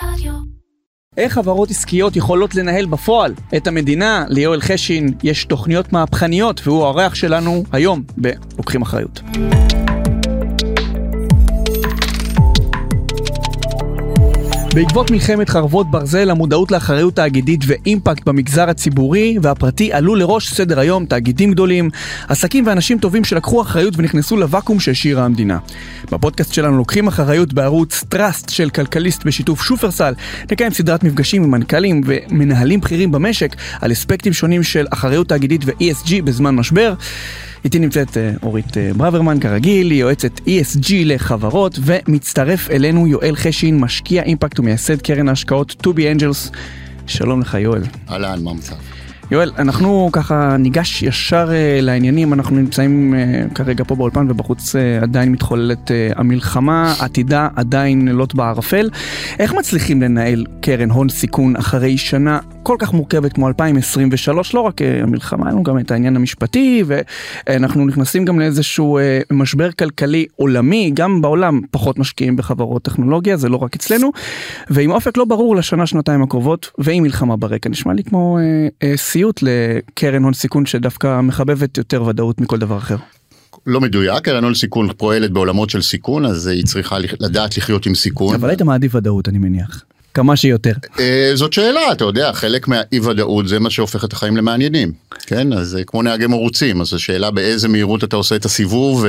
איך חברות עסקיות יכולות לנהל בפועל את המדינה? ליואל חשין יש תוכניות מהפכניות, והוא האורח שלנו היום בלוקחים אחריות. בעקבות מלחמת חרבות ברזל, המודעות לאחריות תאגידית ואימפקט במגזר הציבורי והפרטי עלו לראש סדר היום. תאגידים גדולים, עסקים ואנשים טובים שלקחו אחריות ונכנסו לוואקום שהשאירה המדינה. בפודקאסט שלנו לוקחים אחריות בערוץ טראסט של כלכליסט בשיתוף שופרסל, נקיים סדרת מפגשים עם מנכ"לים ומנהלים בכירים במשק על אספקטים שונים של אחריות תאגידית ו-ESG בזמן משבר. איתי נמצאת אורית ברוורמן, כרגיל, היא יועצת ESG לחברות, ומצטרף אלינו יואל חשין, משקיע אימפקט ומייסד קרן ההשקעות To Be Angels. שלום לך יואל. אהלן, מה מצב? יואל, אנחנו ככה ניגש ישר לעניינים. אנחנו נמצאים כרגע פה באולפן, ובחוץ עדיין מתחוללת המלחמה, עתידה עדיין לוט בערפל. איך מצליחים לנהל קרן הון סיכון אחרי שנה כל כך מורכבת כמו 2023? לא רק המלחמה, לנו גם את העניין המשפטי, ואנחנו נכנסים גם לאיזשהו משבר כלכלי עולמי. גם בעולם פחות משקיעים בחברות טכנולוגיה, זה לא רק אצלנו, ועם אופק לא ברור לשנה, שנתיים הקרובות, ועם מלחמה ברקע. נשמע לי כמו סיוט לקרן הון סיכון שדווקא מחבבת יותר ודאות מכל דבר אחר. לא מדויק, קרן הון סיכון פועלת בעולמות של סיכון, אז היא צריכה לדעת לחיות עם סיכון. אבל היית מעדיף ודאות, אני מניח. כמה שיותר. זאת שאלה, אתה יודע, חלק מהאי ודאות זה מה שהופך את החיים למעניינים. כן, אז כמו נהגי מרוצים, אז השאלה באיזה מהירות אתה עושה את הסיבוב,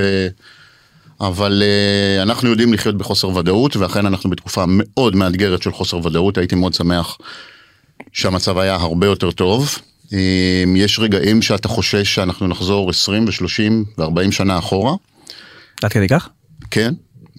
אבל אנחנו יודעים לחיות בחוסר ודאות, ואכן אנחנו בתקופה מאוד מאתגרת של חוסר ודאות. הייתי מאוד שמח שהמצב היה הרבה יותר טוב. יש רגעים שאתה חושש שאנחנו נחזור 20 ו-30 ו-40 שנה אחורה. עד כדי כך? כן.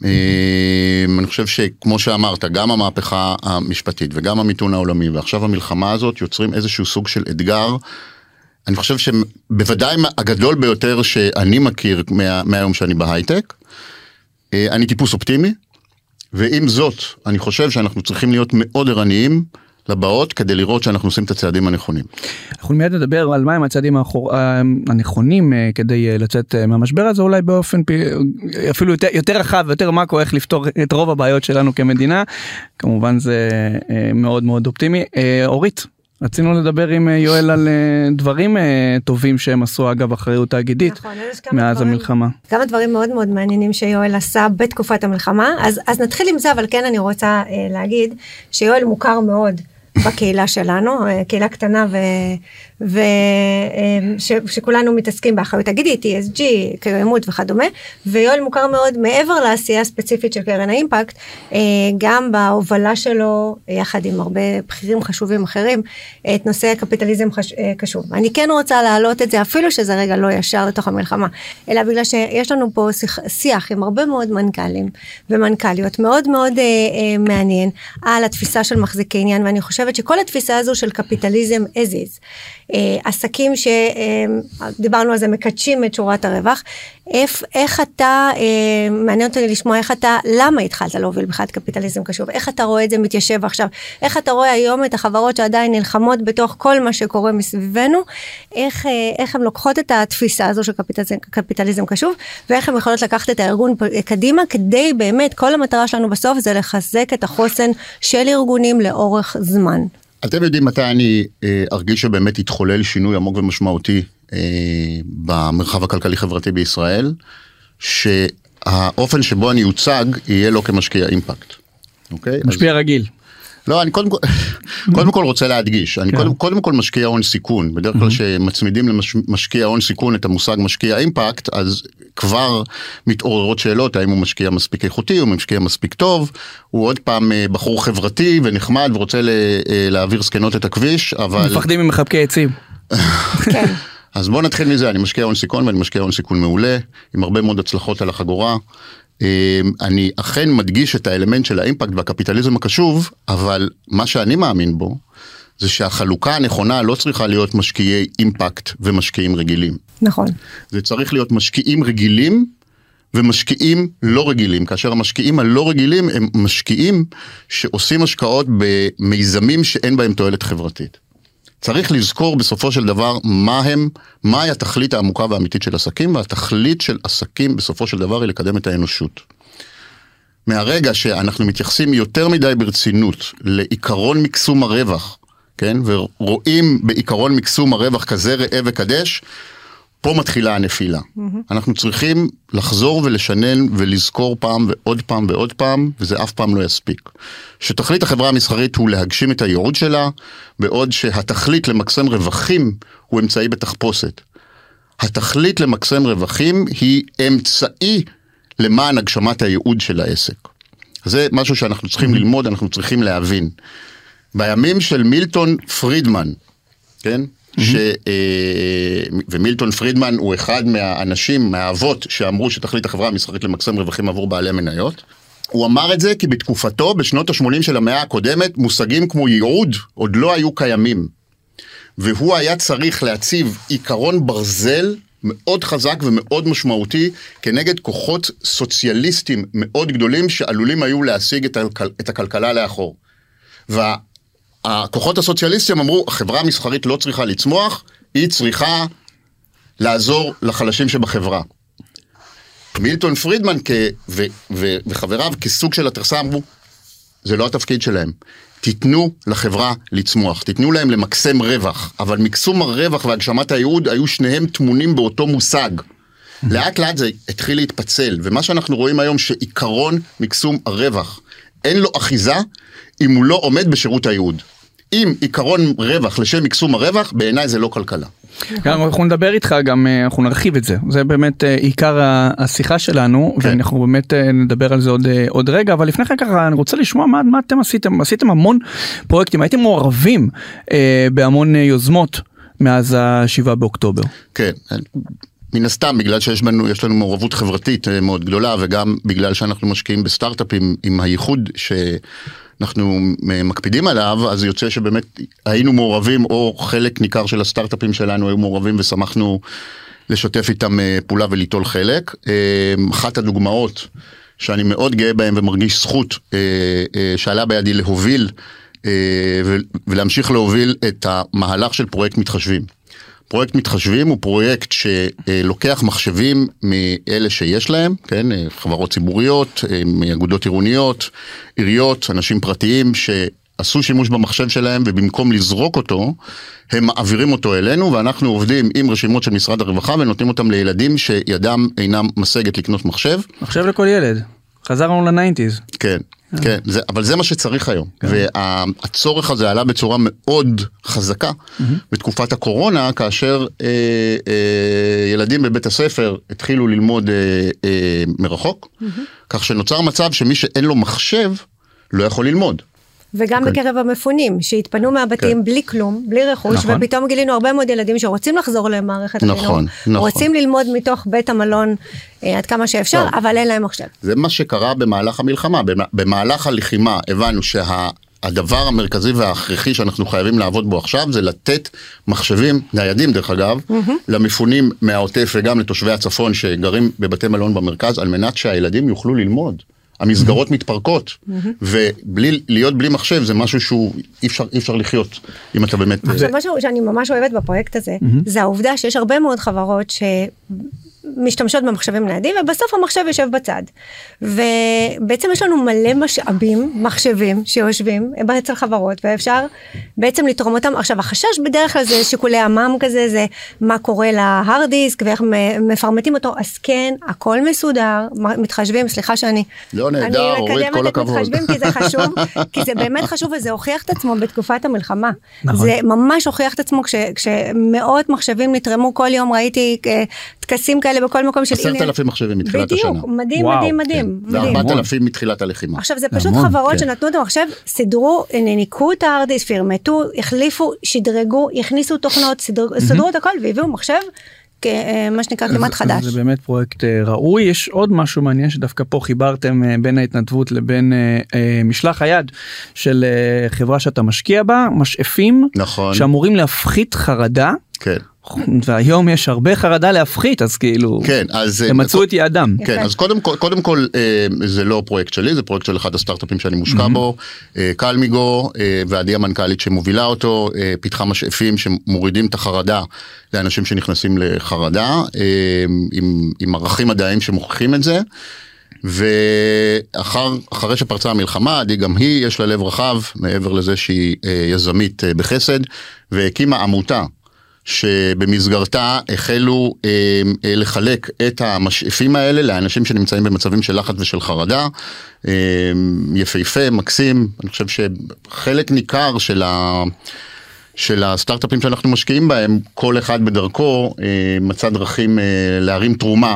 אני חושב שכמו שאמרת, גם המהפכה המשפטית וגם המיתון העולמי ועכשיו המלחמה הזאת יוצרים איזשהו סוג של אתגר. אני חושב שבוודאי הגדול ביותר שאני מכיר מהיום שאני בהייטק. אני טיפוס אופטימי, ועם זאת אני חושב שאנחנו צריכים להיות מאוד ערניים לבאות כדי לראות שאנחנו עושים את הצעדים הנכונים. אנחנו מיד נדבר על מהם הצעדים הנכונים כדי לצאת מהמשבר הזה, אולי באופן אפילו יותר רחב ויותר מקרו, איך לפתור את רוב הבעיות שלנו כמדינה. כמובן זה מאוד מאוד אופטימי. אורית, רצינו לדבר עם יואל על דברים טובים שהם עשו אגב אחריות תאגידית מאז המלחמה. כמה דברים מאוד מאוד מעניינים שיואל עשה בתקופת המלחמה, אז נתחיל עם זה, אבל כן אני רוצה להגיד שיואל מוכר מאוד בקהילה שלנו, קהילה קטנה שכולנו מתעסקים באחריות תאגידית, ESG, קיימות וכדומה, ויואל מוכר מאוד מעבר לעשייה הספציפית של קרן האימפקט, גם בהובלה שלו, יחד עם הרבה בכירים חשובים אחרים, את נושא הקפיטליזם קשור. אני כן רוצה להעלות את זה, אפילו שזה רגע לא ישר לתוך המלחמה, אלא בגלל שיש לנו פה שיח עם הרבה מאוד מנכ"לים ומנכ"ליות, מאוד מאוד מעניין, על התפיסה של מחזיקי עניין, ואני חושבת שכל התפיסה הזו של קפיטליזם as is, עסקים שדיברנו על זה, מקדשים את שורת הרווח, איך אתה, מעניין אותי לשמוע איך אתה, למה התחלת להוביל בכלל קפיטליזם קשוב, איך אתה רואה את זה מתיישב עכשיו, איך אתה רואה היום את החברות שעדיין נלחמות בתוך כל מה שקורה מסביבנו, איך הן לוקחות את התפיסה הזו של קפיטליזם קשוב, ואיך הן יכולות לקחת את הארגון קדימה, כדי באמת, כל המטרה שלנו בסוף זה לחזק את החוסן של ארגונים לאורך זמן. אתם יודעים מתי אני ארגיש שבאמת יתחולל שינוי עמוק ומשמעותי במרחב הכלכלי חברתי בישראל, שהאופן שבו אני יוצג יהיה לא כמשקיע אימפקט. אוקיי? משפיע רגיל. לא, אני קודם כל רוצה להדגיש, אני קודם כל משקיע הון סיכון, בדרך כלל שמצמידים למשקיע הון סיכון את המושג משקיע אימפקט, אז כבר מתעוררות שאלות, האם הוא משקיע מספיק איכותי, הוא משקיע מספיק טוב, הוא עוד פעם בחור חברתי ונחמד ורוצה להעביר סקנות את הכביש, אבל... מפחדים ממחבקי עצים. כן. אז בואו נתחיל מזה, אני משקיע הון סיכון ואני משקיע הון סיכון מעולה, עם הרבה מאוד הצלחות על החגורה, אני אכן מדגיש את האלמנט של האימפקט והקפיטליזם הקשוב, אבל מה שאני מאמין בו, זה שהחלוקה הנכונה לא צריכה להיות משקיעי אימפקט ומשקיעים רגילים. נכון. זה צריך להיות משקיעים רגילים ומשקיעים לא רגילים, כאשר המשקיעים הלא רגילים הם משקיעים שעושים השקעות במיזמים שאין בהם תועלת חברתית. צריך לזכור בסופו של דבר מהי התכלית העמוקה והאמיתית של עסקים, והתכלית של עסקים בסופו של דבר היא לקדם את האנושות. מהרגע שאנחנו מתייחסים יותר מדי ברצינות לעיקרון מקסום הרווח, כן? ורואים בעיקרון מקסום הרווח כזה ראה וקדש, פה מתחילה הנפילה. אנחנו צריכים לחזור ולשנן ולזכור פעם ועוד פעם ועוד פעם, וזה אף פעם לא יספיק. שתכלית החברה המסחרית הוא להגשים את הייעוד שלה, בעוד שהתכלית למקסם רווחים הוא אמצעי בתחפושת. התכלית למקסם רווחים היא אמצעי למען הגשמת הייעוד של העסק. זה משהו שאנחנו צריכים ללמוד, אנחנו צריכים להבין. בימים של מילטון פרידמן, כן? ומילטון פרידמן הוא אחד מהאנשים, מהאבות, שאמרו שתכלית החברה המסחרית למקסם רווחים עבור בעלי מניות. הוא אמר את זה כי בתקופתו, בשנות ה-80 של המאה הקודמת, מושגים כמו ייעוד עוד לא היו קיימים. והוא היה צריך להציב עיקרון ברזל מאוד חזק ומאוד משמעותי, כנגד כוחות סוציאליסטים מאוד גדולים, שעלולים היו להשיג את הכלכלה לאחור. והכוחות הסוציאליסטים אמרו, החברה המסחרית לא צריכה לצמוח, היא צריכה לעזור לחלשים שבחברה. מילטון פרידמן וחבריו כסוג של התרסה אמרו, זה לא התפקיד שלהם. תיתנו לחברה לצמוח, תיתנו להם למקסם רווח, אבל מקסום הרווח והגשמת הייעוד היו שניהם תמונים באותו מושג. לאט לאט זה התחיל להתפצל, ומה שאנחנו רואים היום שעיקרון מקסום הרווח אין לו אחיזה אם הוא לא עומד בשירות הייעוד. אם עיקרון רווח לשם מקסום הרווח, בעיניי זה לא כלכלה. אנחנו נדבר איתך גם, אנחנו נרחיב את זה, זה באמת עיקר השיחה שלנו, ואנחנו באמת נדבר על זה עוד רגע, אבל לפני ככה אני רוצה לשמוע מה אתם עשיתם, עשיתם המון פרויקטים, הייתם מעורבים בהמון יוזמות מאז ה7 באוקטובר. כן, מן הסתם, בגלל שיש לנו מעורבות חברתית מאוד גדולה, וגם בגלל שאנחנו משקיעים בסטארט-אפים עם הייחוד אנחנו מקפידים עליו, אז יוצא שבאמת היינו מעורבים, או חלק ניכר של הסטארט-אפים שלנו היו מעורבים, ושמחנו לשתף איתם פעולה וליטול חלק. אחת הדוגמאות שאני מאוד גאה בהם ומרגיש זכות, שעלה בידי להוביל, ולהמשיך להוביל את המהלך של פרויקט מתחשבים. פרויקט מתחשבים הוא פרויקט שלוקח מחשבים מאלה שיש להם, כן, חברות ציבוריות, מאגודות עירוניות, עיריות, אנשים פרטיים שעשו שימוש במחשב שלהם, ובמקום לזרוק אותו, הם מעבירים אותו אלינו, ואנחנו עובדים עם רשימות של משרד הרווחה, ונותנים אותם לילדים שידם אינם משגת לקנות מחשב. מחשב לכל ילד. חזרנו ל-90s. כן. כן, אבל זה מה שצריך היום, והצורך הזה עלה בצורה מאוד חזקה בתקופת הקורונה, כאשר ילדים בבית הספר התחילו ללמוד מרחוק, כך שנוצר מצב שמי שאין לו מחשב לא יכול ללמוד. וגם בקרב המפונים, שהתפנו מהבתים בלי כלום, בלי רכוש, ופתאום גילינו הרבה מאוד ילדים שרוצים לחזור למערכת החינוך, רוצים ללמוד מתוך בית המלון עד כמה שאפשר, אבל אין להם מחשב. זה מה שקרה במהלך המלחמה, במהלך הלחימה הבנו שהדבר המרכזי וההכרחי שאנחנו חייבים לעבוד בו עכשיו, זה לתת מחשבים, ניידים דרך אגב, למפונים מהעוטף וגם לתושבי הצפון שגרים בבתי מלון במרכז, על מנת שהילדים יוכלו ללמוד. המסגרות מתפרקות, ולהיות בלי מחשב זה משהו שהוא אי אפשר לחיות, אם אתה באמת... עכשיו משהו שאני ממש אוהבת בפרויקט הזה, זה העובדה שיש הרבה מאוד חברות משתמשות במחשבים ניידים, ובסוף המחשב יושב בצד. ובעצם יש לנו מלא משאבים, מחשבים שיושבים אצל חברות, ואפשר בעצם לתרום אותם. עכשיו, החשש בדרך כלל זה שיקולי המם כזה, זה מה קורה להארד דיסק, ואיך מפרמטים אותו, אז כן, הכל מסודר, מתחשבים, סליחה שאני... לא נהדר, אורית, כל הכבוד. מתחשבים, כי זה חשוב, כי זה באמת חשוב, וזה הוכיח את עצמו בתקופת המלחמה. זה ממש הוכיח את עצמו, כשמאות מחשבים נתרמו כל יום, ראיתי טקסים כאלה בכל מקום של... 10,000 מחשבים מתחילת השנה. בדיוק, מדהים, מדהים, מדהים. ו4,000 מתחילת הלחימה. עכשיו, זה פשוט חברות שנתנו את המחשב, סידרו, ניקו את הארדיס, פרמטו, החליפו, שדרגו, הכניסו תוכנות, סדרו את הכל, והביאו מחשב, מה שנקרא כמעט חדש. זה באמת פרויקט ראוי. יש עוד משהו מעניין שדווקא פה חיברתם בין ההתנדבות לבין משלח היד של חברה שאתה משקיע בה, משאפים, שאמורים להפחית חרדה. כן. והיום יש הרבה חרדה להפחית, אז כאילו, הם מצאו את יעדם. כן, אז קודם כל, זה לא פרויקט שלי, זה פרויקט של אחד הסטארט-אפים שאני מושקע בו, קלמיגו, ועדי המנכ"לית שמובילה אותו, פיתחה משאפים שמורידים את החרדה לאנשים שנכנסים לחרדה, עם ערכים מדעיים שמוכיחים את זה. ואחרי שפרצה המלחמה, עדי גם היא, יש לה לב רחב, מעבר לזה שהיא יזמית בחסד, והקימה עמותה, שבמסגרתה החלו לחלק את המשאפים האלה לאנשים שנמצאים במצבים של לחץ ושל חרדה, יפהפה, מקסים. אני חושב שחלק ניכר של הסטארט-אפים שאנחנו משקיעים בהם, כל אחד בדרכו מצא דרכים להרים תרומה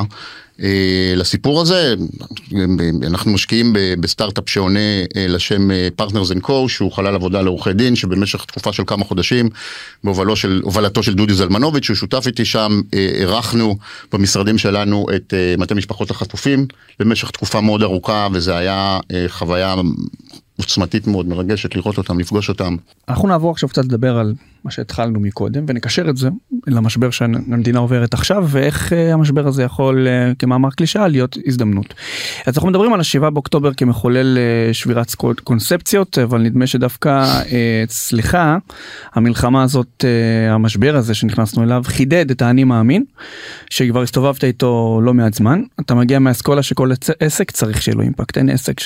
לסיפור הזה. אנחנו משקיעים בסטארט-אפ שעונה לשם Partners & Co, שהוא חלל עבודה לעורכי דין, שבמשך תקופה של כמה חודשים, בהובלתו של דודי זלמנוביץ', שהוא שותף איתי שם, ערכנו במשרדים שלנו את מטה משפחות החטופים, במשך תקופה מאוד ארוכה, וזה היה חוויה עוצמתית מאוד, מרגשת לראות אותם, לפגוש אותם. אנחנו נעבור עכשיו קצת לדבר על מה שהתחלנו מקודם, ונקשר את זה למשבר שהמדינה עוברת עכשיו, ואיך המשבר הזה יכול, כמאמר קלישאה, להיות הזדמנות. אז אנחנו מדברים על 7 באוקטובר כמחולל שבירת קונספציות, אבל נדמה שדווקא אצלך, המלחמה הזאת, המשבר הזה שנכנסנו אליו, חידד את האני מאמין, שכבר הסתובבת איתו לא מעט זמן. אתה מגיע מהאסכולה שכל עסק צריך שיהיה לו אימפקט, אין עסק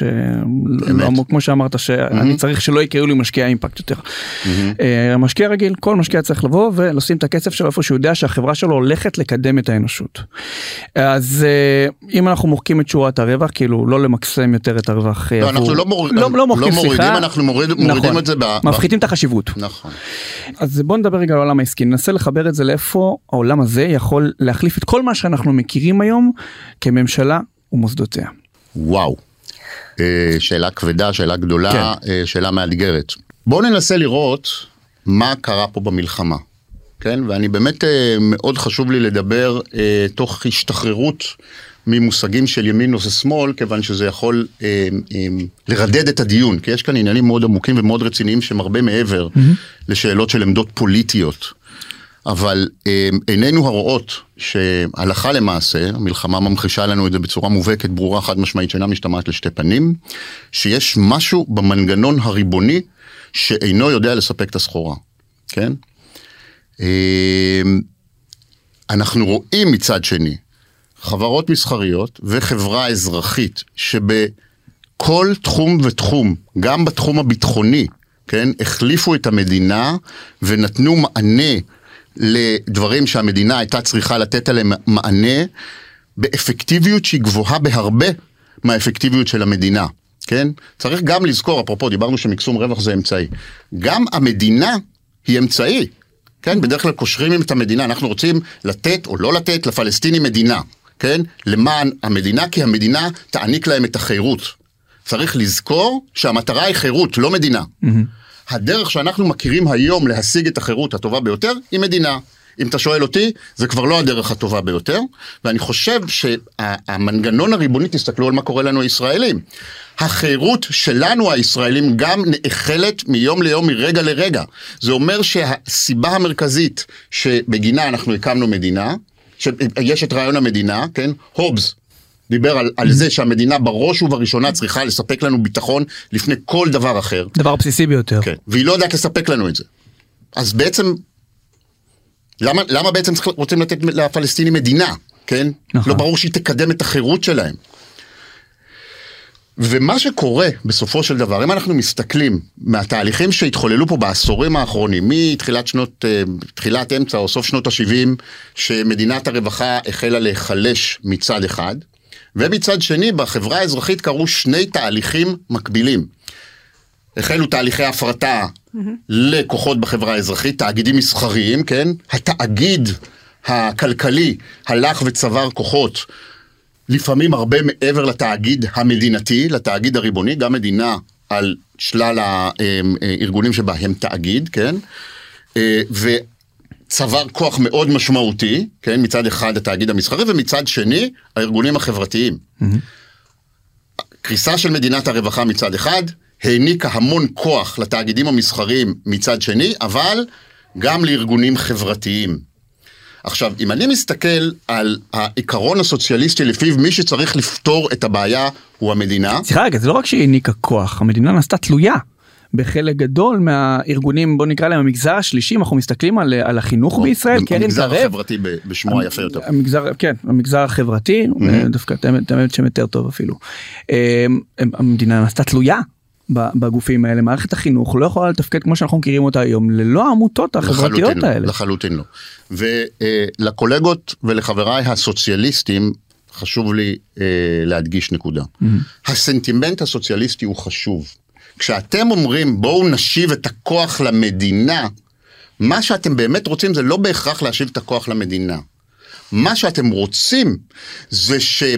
כמו שאמרת, שאני צריך שלא יקראו לי משקיע אימפקט יותר. המשקיע רגיל, כל משקיע צריך לבוא ולשים את הכסף שלו איפה שהוא יודע שהחברה שלו הולכת לקדם את האנושות. אז אם אנחנו מוחקים את שורת הרווח, כאילו לא למקסם יותר את הרווח. לא, אנחנו לא מורידים, אנחנו מורידים את זה. מפחיתים את החשיבות. נכון. אז בואו נדבר רגע על העולם העסקי, ננסה לחבר את זה לאיפה העולם הזה יכול להחליף את כל מה שאנחנו מכירים היום כממשלה ומוסדותיה. וואו. שאלה כבדה, שאלה גדולה, שאלה מאתגרת. בואו ננסה לראות מה קרה פה במלחמה, כן? ואני באמת מאוד חשוב לי לדבר תוך השתחררות ממושגים של ימין או שמאל, כיוון שזה יכול לרדד את הדיון, כי יש כאן עניינים מאוד עמוקים ומאוד רציניים שהם הרבה מעבר לשאלות של עמדות פוליטיות. אבל עינינו הרואות שהלכה למעשה, המלחמה ממחישה לנו את זה בצורה מובהקת, ברורה, חד משמעית, שאינה משתמעת לשתי פנים, שיש משהו במנגנון הריבוני שאינו יודע לספק את הסחורה, כן? אנחנו רואים מצד שני, חברות מסחריות וחברה אזרחית, שבכל תחום ותחום, גם בתחום הביטחוני, כן, החליפו את המדינה ונתנו מענה לדברים שהמדינה הייתה צריכה לתת עליהם מענה, באפקטיביות שהיא גבוהה בהרבה מהאפקטיביות של המדינה, כן? צריך גם לזכור, אפרופו, דיברנו שמקסום רווח זה אמצעי. גם המדינה היא אמצעי, כן? בדרך כלל קושרים את המדינה, אנחנו רוצים לתת או לא לתת לפלסטינים מדינה, כן? למען המדינה, כי המדינה תעניק להם את החירות. צריך לזכור שהמטרה היא חירות, לא מדינה. הדרך שאנחנו מכירים היום להשיג את החירות הטובה ביותר היא מדינה. אם אתה שואל אותי, זה כבר לא הדרך הטובה ביותר, ואני חושב שהמנגנון הריבוני, תסתכלו על מה קורה לנו הישראלים. החירות שלנו הישראלים גם נאכלת מיום ליום, מרגע לרגע. זה אומר שהסיבה המרכזית שבגינה אנחנו הקמנו מדינה, שיש את רעיון המדינה, כן? הובס דיבר על זה שהמדינה בראש ובראשונה צריכה לספק לנו ביטחון לפני כל דבר אחר. דבר בסיסי ביותר. כן, והיא לא יודעת לספק לנו את זה. אז בעצם, למה בעצם רוצים לתת לפלסטינים מדינה, כן? נכון. לא ברור שהיא תקדם את החירות שלהם. ומה שקורה בסופו של דבר, אם אנחנו מסתכלים מהתהליכים שהתחוללו פה בעשורים האחרונים, מתחילת אמצע או סוף שנות ה-70, שמדינת הרווחה החלה להיחלש מצד אחד, ומצד שני, בחברה האזרחית קרו שני תהליכים מקבילים. החלו תהליכי הפרטה לכוחות בחברה האזרחית, תאגידים מסחריים, כן? התאגיד הכלכלי הלך וצבר כוחות, לפעמים הרבה מעבר לתאגיד המדינתי, לתאגיד הריבוני, גם מדינה על שלל הארגונים שבהם תאגיד, כן? וצבר כוח מאוד משמעותי, כן? מצד אחד התאגיד המסחרי, ומצד שני הארגונים החברתיים. קריסה של מדינת הרווחה מצד אחד, העניקה המון כוח לתאגידים המסחריים מצד שני, אבל גם לארגונים חברתיים. עכשיו, אם אני מסתכל על העיקרון הסוציאליסטי לפיו מי שצריך לפתור את הבעיה הוא המדינה. סליחה רגע, זה לא רק שהיא העניקה כוח, המדינה נעשתה תלויה בחלק גדול מהארגונים, בוא נקרא להם המגזר השלישי, אנחנו מסתכלים על החינוך בישראל, המגזר החברתי בשמו היפה יותר. כן, המגזר החברתי, דווקא תמיד שם יותר טוב אפילו. המדינה נעשתה תלויה בגופים האלה, מערכת החינוך לא יכולה לתפקד כמו שאנחנו מכירים אותה היום, ללא העמותות החברתיות האלה. לחלוטין לא. ולקולגות ולחבריי הסוציאליסטים, חשוב לי להדגיש נקודה. הסנטימנט הסוציאליסטי הוא חשוב. כשאתם אומרים בואו נשיב את הכוח למדינה, מה שאתם באמת רוצים זה לא בהכרח להשיב את הכוח למדינה. מה שאתם רוצים זה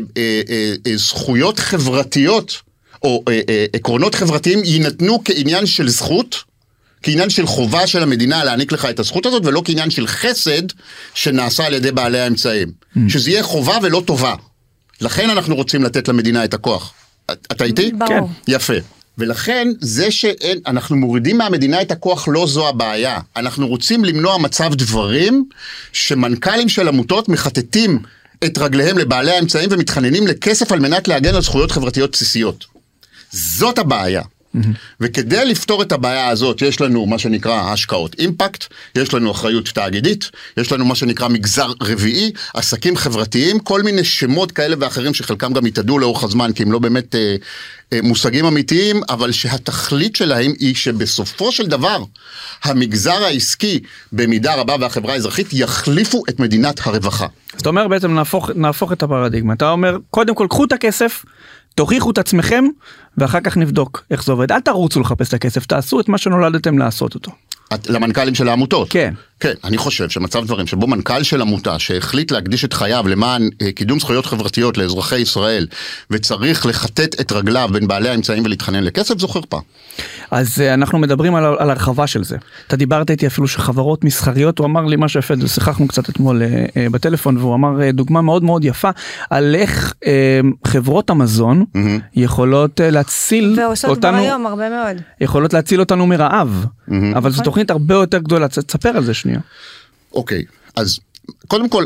שזכויות חברתיות או עקרונות חברתיים יינתנו כעניין של זכות, כעניין של חובה של המדינה להעניק לך את הזכות הזאת, ולא כעניין של חסד שנעשה על ידי בעלי האמצעים. שזה יהיה חובה ולא טובה. לכן אנחנו רוצים לתת למדינה את הכוח. אתה איתי? כן. יפה. ולכן זה שאנחנו מורידים מהמדינה את הכוח לא זו הבעיה. אנחנו רוצים למנוע מצב דברים שמנכ"לים של עמותות מחטטים את רגליהם לבעלי האמצעים ומתחננים לכסף על מנת להגן על זכויות חברתיות בסיסיות. זאת הבעיה. וכדי לפתור את הבעיה הזאת, יש לנו מה שנקרא השקעות אימפקט, יש לנו אחריות תאגידית, יש לנו מה שנקרא מגזר רביעי, עסקים חברתיים, כל מיני שמות כאלה ואחרים שחלקם גם יתעדו לאורך הזמן, כי הם לא באמת מושגים אמיתיים, אבל שהתכלית שלהם היא שבסופו של דבר, המגזר העסקי במידה רבה והחברה האזרחית יחליפו את מדינת הרווחה. זאת אומרת בעצם נהפוך את הפרדיגמה, אתה אומר קודם כל קחו את הכסף, תוכיחו את עצמכם, ואחר כך נבדוק איך זה עובד. אל תרוצו לחפש את הכסף, תעשו את מה שנולדתם לעשות אותו. למנכ"לים של העמותות? כן. כן, אני חושב שמצב דברים שבו מנכ"ל של עמותה שהחליט להקדיש את חייו למען קידום זכויות חברתיות לאזרחי ישראל, וצריך לחטט את רגליו בין בעלי האמצעים ולהתחנן לכסף, זו חרפה. אז אנחנו מדברים על הרחבה של זה. אתה דיברת איתי אפילו שחברות מסחריות, הוא אמר לי משהו יפה, שיחקנו קצת אתמול בטלפון, והוא אמר דוגמה מאוד מאוד יפה, על איך חברות המזון יכולות להציל ועושות כבר היום הרבה מאוד. יכולות להציל אותנו מרעב, אבל זו תוכנית הרבה יותר גדולה, תספר על זה שנייה. אוקיי, אז קודם כל,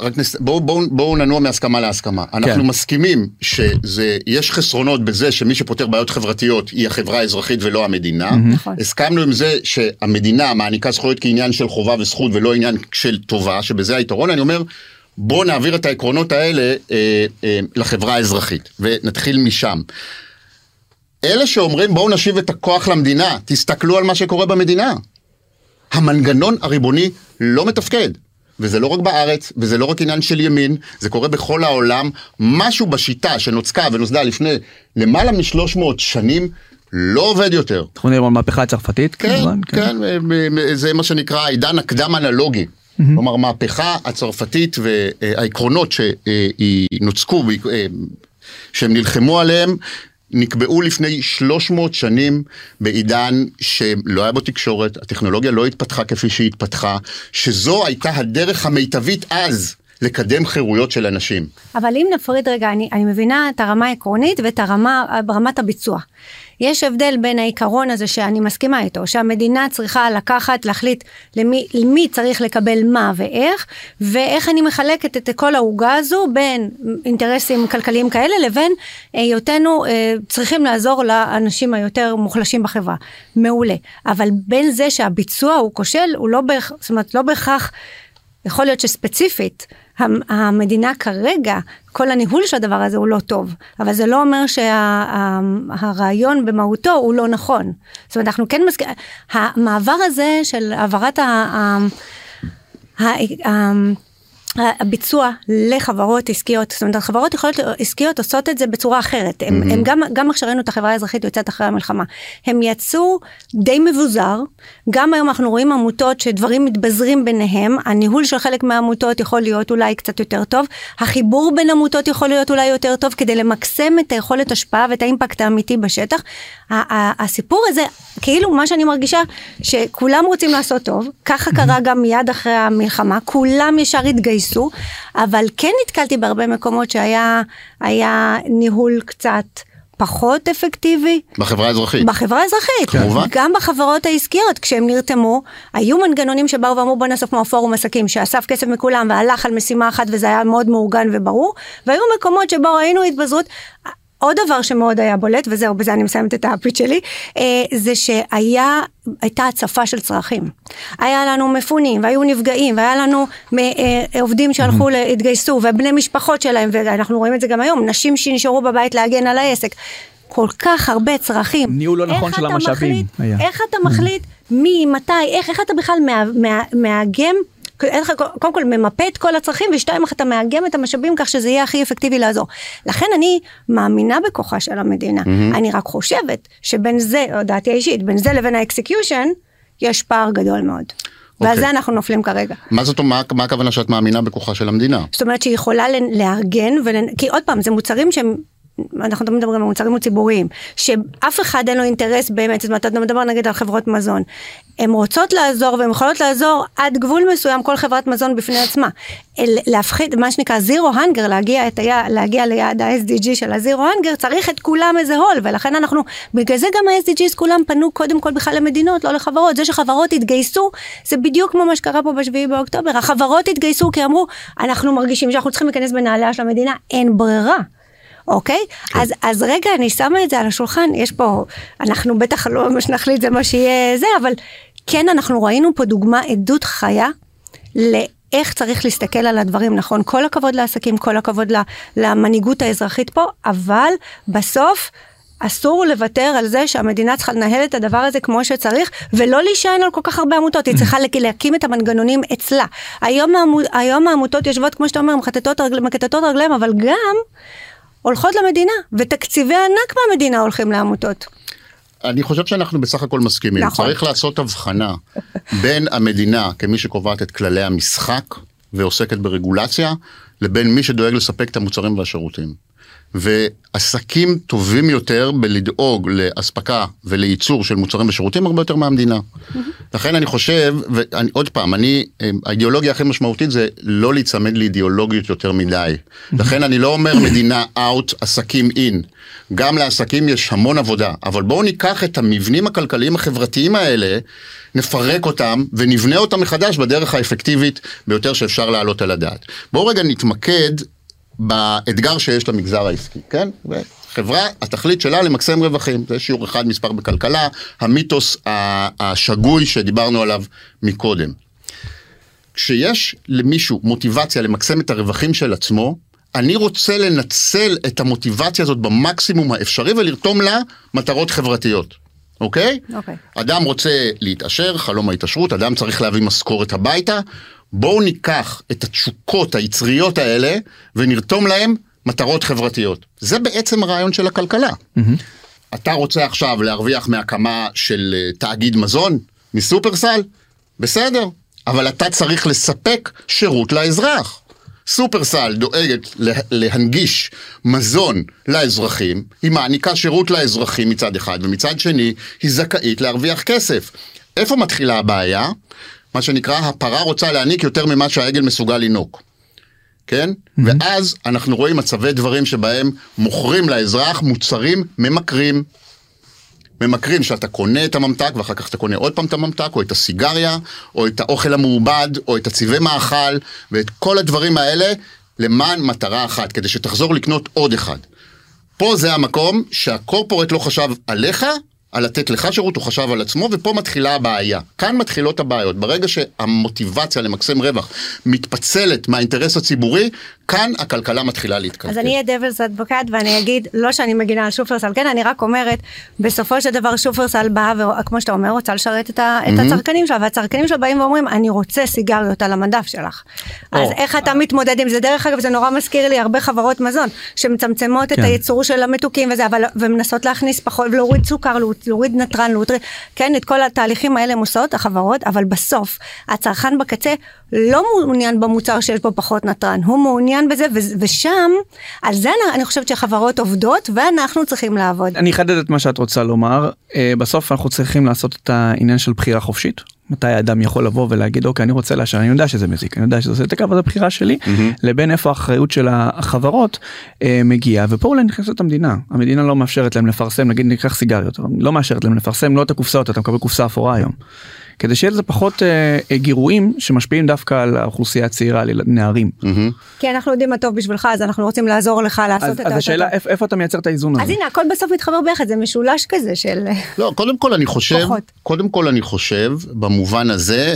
בואו ננוע מהסכמה להסכמה. אנחנו מסכימים שיש חסרונות בזה שמי שפותר בעיות חברתיות היא החברה האזרחית ולא המדינה. הסכמנו עם זה שהמדינה מעניקה זכויות כעניין של חובה וזכות ולא עניין של טובה, שבזה היתרון. אני אומר, בואו נעביר את העקרונות האלה לחברה האזרחית, ונתחיל משם. אלה שאומרים בואו נשיב את הכוח למדינה, תסתכלו על מה שקורה במדינה. המנגנון הריבוני לא מתפקד. וזה לא רק בארץ, וזה לא רק עניין של ימין, זה קורה בכל העולם. משהו בשיטה שנוצקה ונוסדה לפני למעלה מ-300 שנים, לא עובד יותר. אנחנו נראה מהפכה הצרפתית, כמובן. כן, זה מה שנקרא עידן הקדם אנלוגי. כלומר, מהפכה הצרפתית והעקרונות שנוצקו, שהם נלחמו עליהם, נקבעו לפני 300 שנים בעידן שלא היה בו תקשורת, הטכנולוגיה לא התפתחה כפי שהיא התפתחה, שזו הייתה הדרך המיטבית אז לקדם חירויות של אנשים. אבל אם נפריד רגע, אני מבינה את הרמה העקרונית ואת ברמת הביצוע. יש הבדל בין העיקרון הזה שאני מסכימה איתו, שהמדינה צריכה לקחת, להחליט למי צריך לקבל מה ואיך, ואיך אני מחלקת את כל העוגה הזו בין אינטרסים כלכליים כאלה, לבין היותנו צריכים לעזור לאנשים היותר מוחלשים בחברה. מעולה. אבל בין זה שהביצוע הוא כושל, הוא לא בהכרח, יכול להיות שספציפית, המדינה כרגע, כל הניהול של הדבר הזה הוא לא טוב, אבל זה לא אומר שהרעיון במהותו הוא לא נכון. זאת אומרת, אנחנו כן מסכים, המעבר הזה של העברת הביצוע לחברות עסקיות, זאת אומרת, החברות עסקיות עושות את זה בצורה אחרת, הם גם כשראינו את החברה האזרחית יוצאת אחרי המלחמה, הם יצאו די מבוזר, גם היום אנחנו רואים עמותות שדברים מתבזרים ביניהם, הניהול של חלק מהעמותות יכול להיות אולי קצת יותר טוב, החיבור בין עמותות יכול להיות אולי יותר טוב, כדי למקסם את היכולת השפעה ואת האימפקט האמיתי בשטח. הסיפור הזה, כאילו מה שאני מרגישה, שכולם רוצים לעשות טוב, ככה קרה גם מיד אחרי המלחמה, כולם ישר התגייסו, אבל כן נתקלתי בהרבה מקומות שהיה ניהול קצת פחות אפקטיבי. בחברה האזרחית. בחברה האזרחית. כמובן. גם בחברות העסקיות, כשהם נרתמו, היו מנגנונים שבאו ואמרו בוא נאסוף מהפורום עסקים, שאסף כסף מכולם והלך על משימה אחת וזה היה מאוד מאורגן וברור, והיו מקומות שבו ראינו התבזרות, עוד דבר שמאוד היה בולט, וזהו, בזה אני מסיימת את הפיץ' שלי, זה שהייתה הצפה של צרכים. היה לנו מפונים, והיו נפגעים, והיה לנו עובדים שהלכו להתגייסו, ובני משפחות שלהם, ואנחנו רואים את זה גם היום, נשים שנשארו בבית להגן על העסק. כל כך הרבה צרכים. ניהול לא נכון של המשאבים. איך אתה מחליט, מי, מתי, איך אתה בכלל מאגם, קודם כל ממפה את כל הצרכים, ושתיים, איך אתה מאגם את המשאבים כך שזה יהיה הכי אפקטיבי לעזור. לכן אני מאמינה בכוחה של המדינה. אני רק חושבת שבין זה, או דעתי האישית, בין זה לבין האקסקיושן, יש פער גדול מאוד. ועל זה אנחנו נופלים כרגע. מה זאת אומרת, מה הכוונה שאת מאמינה בכוחה של המדינה? זאת אומרת שהיא יכולה לארגן, כי עוד פעם, זה מוצרים שהם, אנחנו תמיד מדברים על מוצרים ציבוריים, שאף אחד אין לו אינטרס באמת, זאת אומרת, אתה מדבר נגיד על חברות מזון, הן רוצות לעזור, והן יכולות לעזור עד גבול מסוים, כל חברת מזון בפני עצמה, להפחית, מה שנקרא זירו הנגר, להגיע ליעד ה-SDG של הזירו הנגר, צריך את כולם איזה הול, ולכן אנחנו, בגלל זה גם ה-SDGs כולם פנו קודם כל בכלל למדינות, לא לחברות, זה שחברות התגייסו, זה בדיוק כמו מה שקרה פה ב7 באוקטובר, החברות התגייסו כי אמרו, אנחנו מרגישים שאנחנו צריכים להיכנס בנעליה של המדינה, אין ברירה. אוקיי? אז רגע, אני שמה את זה על השולחן, יש פה, אנחנו בטח לא נחליט זה מה שיהיה זה, אבל כן אנחנו ראינו פה דוגמה, עדות חיה, לאיך צריך להסתכל על הדברים, נכון? כל הכבוד לעסקים, כל הכבוד למנהיגות האזרחית פה, אבל בסוף, אסור לוותר על זה שהמדינה צריכה לנהל את הדבר הזה כמו שצריך, ולא להישען על כל כך הרבה עמותות, היא צריכה להקים את המנגנונים אצלה. היום העמותות יושבות, כמו שאתה אומר, מקטטות רגליהם, אבל גם הולכות למדינה, ותקציבי ענק מהמדינה הולכים לעמותות. אני חושב שאנחנו בסך הכל מסכימים. נכון. צריך לעשות הבחנה בין המדינה כמי שקובעת את כללי המשחק ועוסקת ברגולציה, לבין מי שדואג לספק את המוצרים והשירותים. ועסקים טובים יותר בלדאוג להספקה ולייצור של מוצרים ושירותים הרבה יותר מהמדינה. לכן אני חושב, עוד פעם, האידיאולוגיה הכי משמעותית זה לא להצמד לאידיאולוגיות יותר מדי. לכן אני לא אומר מדינה out, עסקים in. גם לעסקים יש המון עבודה, אבל בואו ניקח את המבנים הכלכליים החברתיים האלה, נפרק אותם ונבנה אותם מחדש בדרך האפקטיבית ביותר שאפשר לעלות על הדעת. בואו רגע נתמקד באתגר שיש למגזר העסקי, כן? חברה, התכלית שלה למקסם רווחים, זה שיעור אחד מספר בכלכלה, המיתוס השגוי שדיברנו עליו מקודם. כשיש למישהו מוטיבציה למקסם את הרווחים של עצמו, אני רוצה לנצל את המוטיבציה הזאת במקסימום האפשרי ולרתום לה מטרות חברתיות. אוקיי? אוקיי. אדם רוצה להתעשר, חלום ההתעשרות, אדם צריך להביא משכורת הביתה, בואו ניקח את התשוקות היצריות האלה ונרתום להם מטרות חברתיות. זה בעצם הרעיון של הכלכלה. אתה רוצה עכשיו להרוויח מהקמה של תאגיד מזון, מסופרסל? בסדר, אבל אתה צריך לספק שירות לאזרח. סופרסל דואגת להנגיש מזון לאזרחים, היא מעניקה שירות לאזרחים מצד אחד, ומצד שני היא זכאית להרוויח כסף. איפה מתחילה הבעיה? מה שנקרא, הפרה רוצה להעניק יותר ממה שהעגל מסוגל לינוק. כן? ואז אנחנו רואים מצבי דברים שבהם מוכרים לאזרח מוצרים ממכרים. ממכרים שאתה קונה את הממתק, ואחר כך אתה קונה עוד פעם את הממתק, או את הסיגריה, או את האוכל המעובד, או את הצבעי מאכל, ואת כל הדברים האלה למען מטרה אחת, כדי שתחזור לקנות עוד אחד. פה זה המקום שהקורפורט לא חשב עליך, על לתת לך שירות, הוא חשב על עצמו, ופה מתחילה הבעיה. כאן מתחילות הבעיות. ברגע שהמוטיבציה למקסם רווח מתפצלת מהאינטרס הציבורי, כאן הכלכלה מתחילה להתקלקל. אז אני אהיה דבלס אדבוקט, ואני אגיד, לא שאני מגינה על שופרסל, כן, אני רק אומרת, בסופו של דבר שופרסל באה, וכמו שאתה אומר, רוצה לשרת את הצרכנים שלה, והצרכנים שלה באים ואומרים, אני רוצה סיגריות על המדף שלך. אז איך אתה מתמודד עם זה? דרך אגב, זה נורא מזכיר לי הרבה חברות מזון, שמצמצמות את הייצור של המתוקים וזה, ומנסות להכניס פחות, ולהוריד סוכר, להוריד נטרן, כן, את כל התהליכים האלה מוסעות החברות, אבל בסוף, הצרכן בקצה לא מעוניין במוצר שיש בו פחות נטרן, הוא מעוניין בזה, ושם, על זה אני חושבת שהחברות עובדות, ואנחנו צריכים לעבוד. אני אחדד את מה שאת רוצה לומר, בסוף אנחנו צריכים לעשות את העניין של בחירה חופשית, מתי האדם יכול לבוא ולהגיד, אוקיי, אני רוצה לאשר, אני יודע שזה מזיק, אני יודע שזה עושה את הקו, אז הבחירה שלי, לבין איפה האחריות של החברות מגיעה, ופה אולי נכנסת המדינה. המדינה לא מאפשרת להם לפרסם, נגיד ניקח סיגריות, לא מאפשרת להם לפרסם, לא את הקופסאות, אתה מקבל קופסה אפורה היום. כדי שיהיה לזה פחות גירויים שמשפיעים דווקא על האוכלוסייה הצעירה, על נערים. כי אנחנו יודעים מה טוב בשבילך, אז אנחנו רוצים לעזור לך לעשות את אז השאלה, איפה אתה מייצר את האיזון הזה? אז הנה, הכל בסוף מתחבר ביחד, זה משולש כזה של... לא, קודם כל אני חושב, במובן הזה,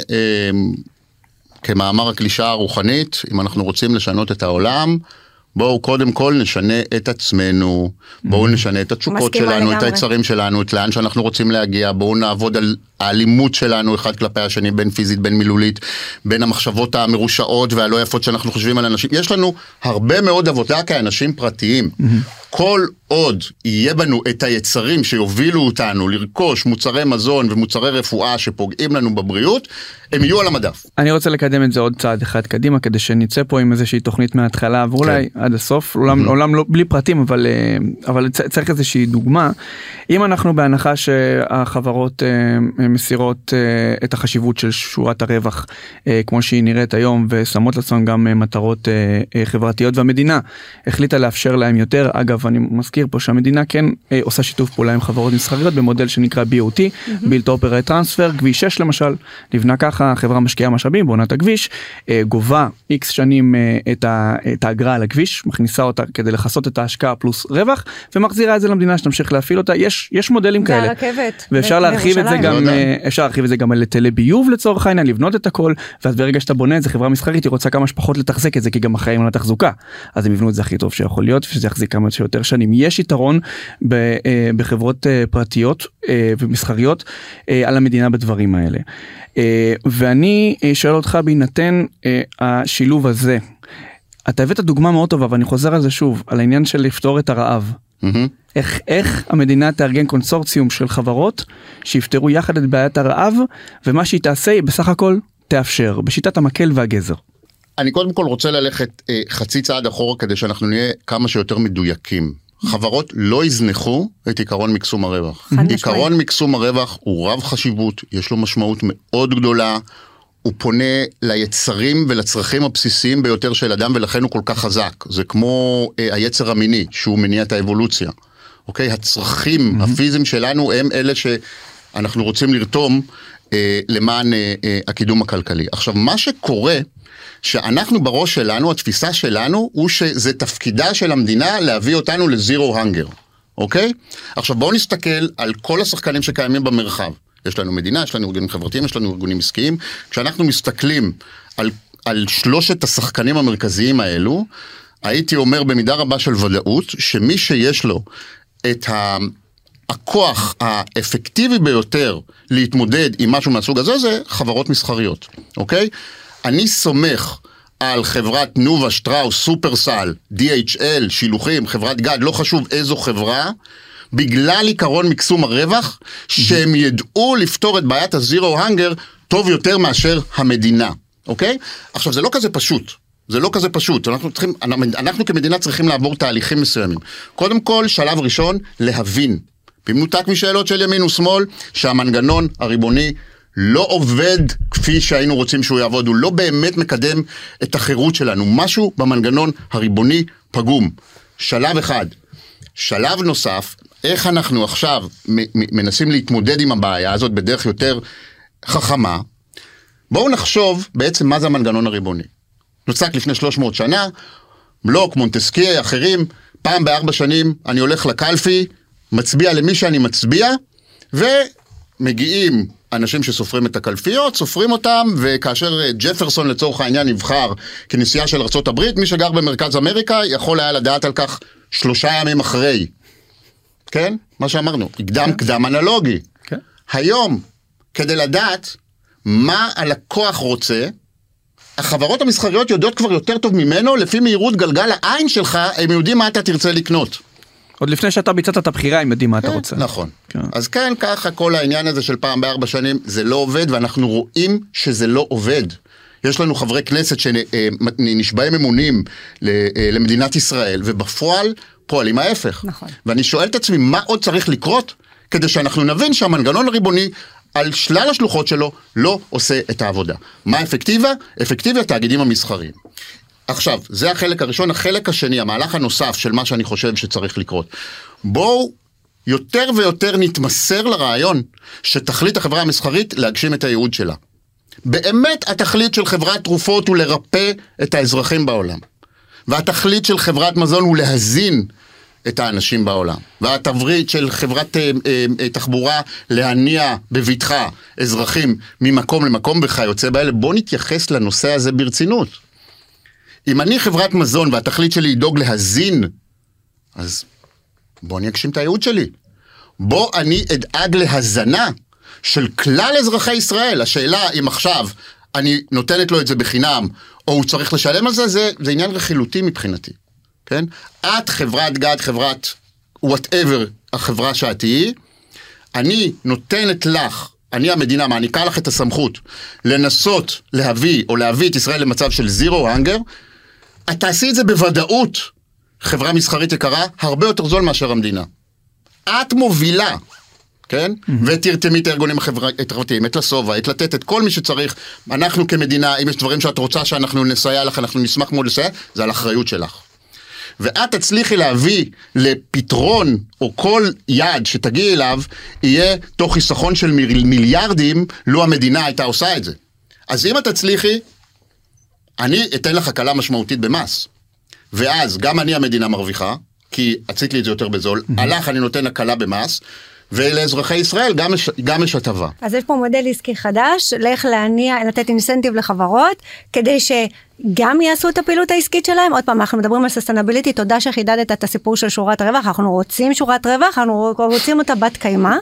כמאמר הקלישאה הרוחנית, אם אנחנו רוצים לשנות את העולם, בואו קודם כל נשנה את עצמנו, בואו נשנה את התשוקות שלנו, את היצרים שלנו, את לאן שאנחנו רוצים להגיע, בואו נעבוד על האלימות שלנו אחד כלפי השני, בין פיזית, בין מילולית, בין המחשבות המרושעות והלא יפות שאנחנו חושבים על אנשים. יש לנו הרבה מאוד עבודה כאנשים פרטיים. כל עוד יהיה בנו את היצרים שיובילו אותנו לרכוש מוצרי מזון ומוצרי רפואה שפוגעים לנו בבריאות, הם יהיו על המדף. אני רוצה לקדם את זה עוד צעד אחד קדימה, כדי שנצא פה עם איזושהי תוכנית מההתחלה, ואולי עד הסוף, עולם לא, בלי פרטים, אבל צריך איזושהי דוגמה. אם אנחנו בהנחה שהחברות מסירות את החשיבות של שורת הרווח, כמו שהיא נראית היום, ושמות לעצמם גם מטרות חברתיות, והמדינה החליטה לאפשר להם יותר. אגב, אני מזכיר פה שהמדינה כן עושה שיתוף פעולה עם חברות מסחריות, במודל שנקרא BOT, Built Operate Transfer, כביש 6 למשל, נבנה ככה, החברה משקיעה משאבים, בונת הכביש, גובה X שנים את האגרה על הכביש, מכניסה אותה כדי לחסות את ההשקעה פלוס רווח, ומחזירה את זה למדינה שתמשיך להפעיל אותה. יש מודלים כאלה. והרכבת. ואפשר להרחיב את זה גם, אפשר להרחיב את זה גם על היטלי ביוב לצורך העניין, לבנות את הכל, ואז ברגע שאתה בונה את זה, חברה מסחרית, היא רוצה כמה שפחות לתחזק את זה, כי גם אחראים על התחזוקה. אז הם יבנו את זה הכי טוב שיכול להיות, ושזה יחזיק כמה שיותר שנים. יש יתרון בחברות פרטיות ומסחריות על המדינה בדברים האלה. ואני שואל אותך בהינתן השילוב הזה, אתה הבאת דוגמה מאוד טובה, ואני חוזר על זה שוב, על העניין של לפתור את הרעב. איך המדינה תארגן קונסורציום של חברות שיפתרו יחד את בעיית הרעב, ומה שהיא תעשה היא בסך הכל תאפשר, בשיטת המקל והגזר. אני קודם כל רוצה ללכת חצי צעד אחורה, כדי שאנחנו נהיה כמה שיותר מדויקים. חברות לא יזנחו את עיקרון מקסום הרווח. עיקרון מקסום הרווח הוא רב חשיבות, יש לו משמעות מאוד גדולה, הוא פונה ליצרים ולצרכים הבסיסיים ביותר של אדם, ולכן הוא כל כך חזק. זה כמו היצר המיני, שהוא מניע את האבולוציה. אוקיי? הצרכים הפיזיים שלנו הם אלה שאנחנו רוצים לרתום למען הקידום הכלכלי. עכשיו, מה שקורה, שאנחנו בראש שלנו, התפיסה שלנו, הוא שזה תפקידה של המדינה להביא אותנו לזירו הנגר. אוקיי? עכשיו, בואו נסתכל על כל השחקנים שקיימים במרחב. יש לנו מדינה, יש לנו ארגונים חברתיים, יש לנו ארגונים עסקיים. כשאנחנו מסתכלים על שלושת השחקנים המרכזיים האלו, הייתי אומר במידה רבה של ודאות, שמי שיש לו את הכוח האפקטיבי ביותר להתמודד עם משהו מהסוג הזה, זה חברות מסחריות. אוקיי? אני סומך על חברת נובה, שטראוס, סופרסל, DHL, שילוחים, חברת גד, לא חשוב איזו חברה, בגלל עיקרון מקסום הרווח, שהם ידעו לפתור את בעיית הזירו הנגר טוב יותר מאשר המדינה, אוקיי? עכשיו, זה לא כזה פשוט. זה לא כזה פשוט. אנחנו כמדינה צריכים לעבור תהליכים מסוימים. קודם כל, שלב ראשון, להבין, במנותק משאלות של ימין ושמאל, שהמנגנון הריבוני לא עובד כפי שהיינו רוצים שהוא יעבוד, הוא לא באמת מקדם את החירות שלנו. משהו במנגנון הריבוני פגום. שלב אחד. שלב נוסף, איך אנחנו עכשיו מנסים להתמודד עם הבעיה הזאת בדרך יותר חכמה. בואו נחשוב בעצם מה זה המנגנון הריבוני. נוצק לפני 300 שנה, בלוק, מונטסקיה, אחרים, פעם ב4 שנים אני הולך לקלפי, מצביע למי שאני מצביע, ומגיעים אנשים שסופרים את הקלפיות, סופרים אותם, וכאשר ג'פרסון לצורך העניין נבחר כנשיאה של ארצות הברית, מי שגר במרכז אמריקה יכול היה לדעת על כך 3 ימים אחרי. כן? מה שאמרנו, קדם אנלוגי. כן. היום, כדי לדעת מה הלקוח רוצה, החברות המסחריות יודעות כבר יותר טוב ממנו, לפי מהירות גלגל העין שלך, הם יודעים מה אתה תרצה לקנות. עוד לפני שאתה ביצעת את הפחירה, הם יודעים מה אתה רוצה. נכון. אז כן, ככה כל העניין הזה של פעם ב4 שנים, זה לא עובד, ואנחנו רואים שזה לא עובד. יש לנו חברי כנסת שנשבעים אמונים למדינת ישראל, ובפועל פועלים ההפך. נכון. ואני שואל את עצמי, מה עוד צריך לקרות, כדי שאנחנו נבין שהמנגנון הריבוני, על שלל השלוחות שלו, לא עושה את העבודה. מה אפקטיבה? אפקטיבה התאגידים המסחריים. עכשיו, זה החלק הראשון. החלק השני, המהלך הנוסף של מה שאני חושב שצריך לקרות. בואו יותר ויותר נתמסר לרעיון שתכלית החברה המסחרית להגשים את הייעוד שלה. באמת התכלית של חברת תרופות הוא לרפא את האזרחים בעולם. והתכלית של חברת מזון הוא להזין את האנשים בעולם. והתברית של חברת תחבורה להניע בביטחה אזרחים ממקום למקום וכיוצא באלה. בוא נתייחס לנושא הזה ברצינות. אם אני חברת מזון והתכלית שלי לדאוג להזין, אז בוא אני אגשים את הייעוד שלי. בוא אני אדאג להזנה של כלל אזרחי ישראל. השאלה אם עכשיו אני נותנת לו את זה בחינם, או הוא צריך לשלם על זה, זה עניין רכילותי מבחינתי. כן? את חברת גד, חברת whatever החברה שאת תהיי, אני נותנת לך, אני המדינה מעניקה לך את הסמכות לנסות להביא או להביא את ישראל למצב של זירו הנגר, את תעשי את זה בוודאות, חברה מסחרית יקרה, הרבה יותר זול מאשר המדינה. את מובילה, כן? ותרתמי את הארגונים החברתיים, את לסובה, את לתת את כל מי שצריך. אנחנו כמדינה, אם יש דברים שאת רוצה שאנחנו נסייע לך, אנחנו נשמח מאוד לסייע, זה על אחריות שלך. ואת תצליחי להביא לפתרון, או כל יעד שתגיעי אליו, יהיה תוך חיסכון של מיליארדים, לו המדינה הייתה עושה את זה. אז אם את תצליחי, אני אתן לך הקלה משמעותית במס. ואז גם אני המדינה מרוויחה, כי עשית לי את זה יותר בזול, הלך אני נותן הקלה במס, ולאזרחי ישראל גם יש הטבה. אז יש פה מודל עסקי חדש, לאיך לתת אינסנטיב לחברות, כדי שגם יעשו את הפעילות העסקית שלהם. עוד פעם, אנחנו מדברים על ססטנביליטי, תודה שחידדת את הסיפור של שורת הרווח, אנחנו רוצים שורת רווח, אנחנו רוצים אותה בת קיימה,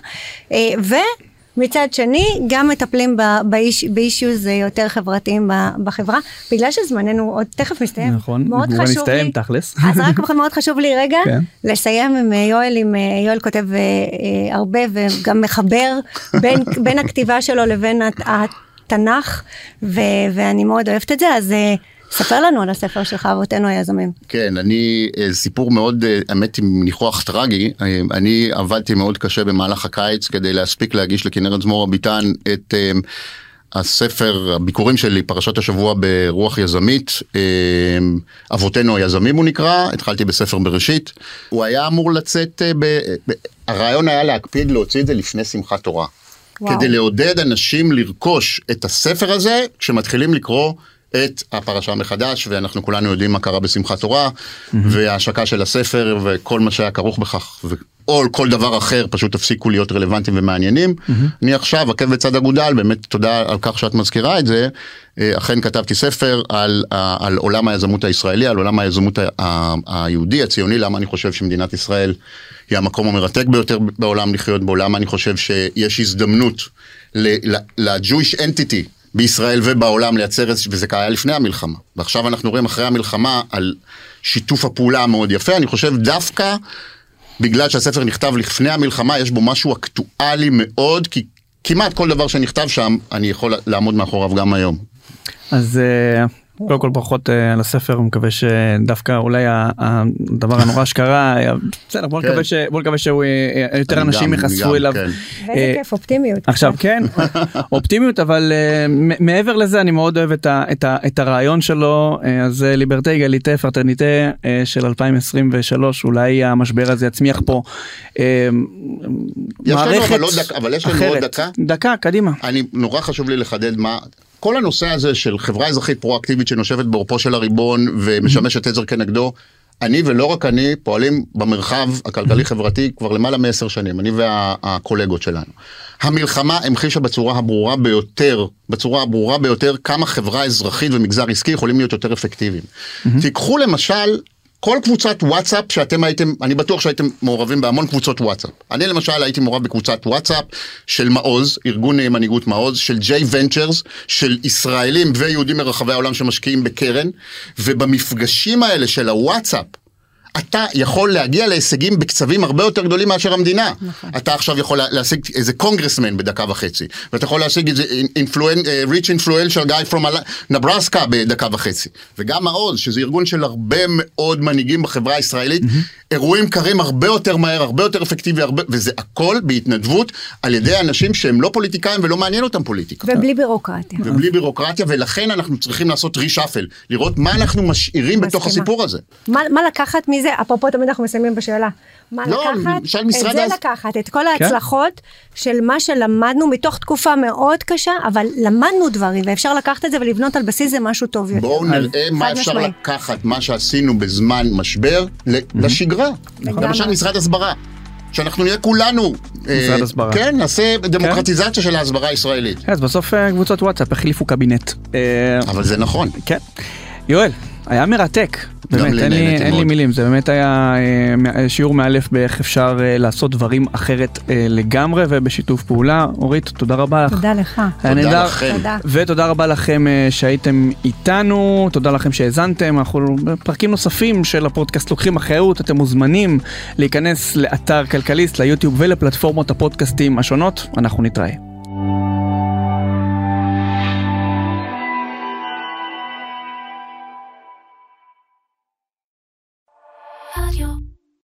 מצד שני, גם מטפלים באישיוז יותר חברתיים בחברה, בגלל שזמננו עוד תכף מסתיים. נכון, מאוד כבר חשוב מסתיים לי, תכלס. אז רק מאוד חשוב לי רגע, לסיים עם יואל כותב הרבה, וגם מחבר בין הכתיבה שלו לבין התנ"ך, ואני מאוד אוהבת את זה, אז ספר לנו על הספר שלך, אבותינו היזמים. כן, סיפור מאוד, האמת עם ניחוח טרגי, אני עבדתי מאוד קשה במהלך הקיץ, כדי להספיק להגיש לכנרת זמורה ביטן את הספר, הביקורים שלי, פרשת השבוע ברוח יזמית, אבותינו היזמים הוא נקרא, התחלתי בספר בראשית, הוא היה אמור לצאת, הרעיון היה להקפיד להוציא את זה לפני שמחת תורה, כדי לעודד אנשים לרכוש את הספר הזה, כשמתחילים לקרוא את הפרשה מחדש, ואנחנו כולנו יודעים מה קרה בשמחת תורה, וההשקה של הספר, וכל מה שהיה כרוך בכך, או כל דבר אחר, פשוט תפסיקו להיות רלוונטיים ומעניינים. אני עכשיו, עקב בצד אגודל, באמת תודה על כך שאת מזכירה את זה, אכן כתבתי ספר על עולם היזמות הישראלי, על עולם היזמות היהודי, הציוני, למה אני חושב שמדינת ישראל היא המקום המרתק ביותר בעולם לחיות בו, למה אני חושב שיש הזדמנות ל-Jewish entity, בישראל ובעולם לייצר את זה, וזה קרה לפני המלחמה. ועכשיו אנחנו רואים אחרי המלחמה על שיתוף הפעולה המאוד יפה. אני חושב דווקא בגלל שהספר נכתב לפני המלחמה, יש בו משהו אקטואלי מאוד, כי כמעט כל דבר שנכתב שם, אני יכול לעמוד מאחוריו גם היום. אז קודם כל ברכות על הספר, אני מקווה שדווקא אולי הדבר הנורא שקרה, בסדר, בוא נקווה שיותר אנשים יחשפו אליו. איזה כיף, אופטימיות. עכשיו כן, אופטימיות, אבל מעבר לזה אני מאוד אוהב את הרעיון שלו, אז ליברטי גליטה פרטרניטה של 2023, אולי המשבר הזה יצמיח פה מערכת אבל יש לנו עוד דקה. דקה, קדימה. אני נורא חשוב לי לחדד מה כל הנושא הזה של חברה אזרחית פרואקטיבית שנושבת בעורפו של הריבון ומשמשת עזר כנגדו, אני ולא רק אני פועלים במרחב הכלכלי-חברתי כבר למעלה מ10 שנים, אני והקולגות שלנו. המלחמה המחישה בצורה הברורה ביותר כמה חברה אזרחית ומגזר עסקי יכולים להיות יותר אפקטיביים. תיקחו למשל כל קבוצת וואטסאפ שאתם הייתם, אני בטוח שהייתם מעורבים בהמון קבוצות וואטסאפ. אני למשל הייתי מעורב בקבוצת וואטסאפ של מעוז, ארגון מנהיגות מעוז, של ג'יי ונצ'רס, של ישראלים ויהודים מרחבי העולם שמשקיעים בקרן, ובמפגשים האלה של הוואטסאפ, אתה יכול להגיע להישגים בקצבים הרבה יותר גדולים מאשר המדינה. אתה עכשיו יכול להשיג איזה קונגרסמן בדקה וחצי, ואתה יכול להשיג איזה rich influential guy from נברסקה בדקה וחצי. וגם מעוז, שזה ארגון של הרבה מאוד מנהיגים בחברה הישראלית, אירועים קרים הרבה יותר מהר, הרבה יותר אפקטיבי, וזה הכל בהתנדבות על ידי אנשים שהם לא פוליטיקאים ולא מעניין אותם פוליטיקה. ובלי בירוקרטיה. ובלי בירוקרטיה, ולכן אנחנו צריכים לעשות רישאפל, לראות מה אנחנו משאירים בתוך הסיפור הזה. מה לקחת מזה? אפרופו תמיד אנחנו מסיימים בשאלה. מה לקחת? את זה לקחת, את כל ההצלחות של מה שלמדנו מתוך תקופה מאוד קשה, אבל למדנו דברים, ואפשר לקחת את זה ולבנות על בסיס זה משהו טוב יותר. בואו נראה מה אפשר לקחת, מה שעשינו בזמן משבר, לשגרה. למשל משרד הסברה. שאנחנו נהיה כולנו, משרד הסברה. כן, נעשה דמוקרטיזציה של ההסברה הישראלית. אז בסוף קבוצות וואטסאפ החליפו קבינט. אבל זה נכון. כן. יואל, היה מרתק. באמת, אין לי מילים, זה באמת היה שיעור מאלף באיך אפשר לעשות דברים אחרת לגמרי ובשיתוף פעולה. אורית, תודה רבה לך. תודה לך. תודה לכם. ותודה רבה לכם שהייתם איתנו, תודה לכם שהאזנתם. אנחנו בפרקים נוספים של הפודקאסט לוקחים אחריות, אתם מוזמנים להיכנס לאתר כלכליסט, ליוטיוב ולפלטפורמות הפודקאסטים השונות. אנחנו נתראה.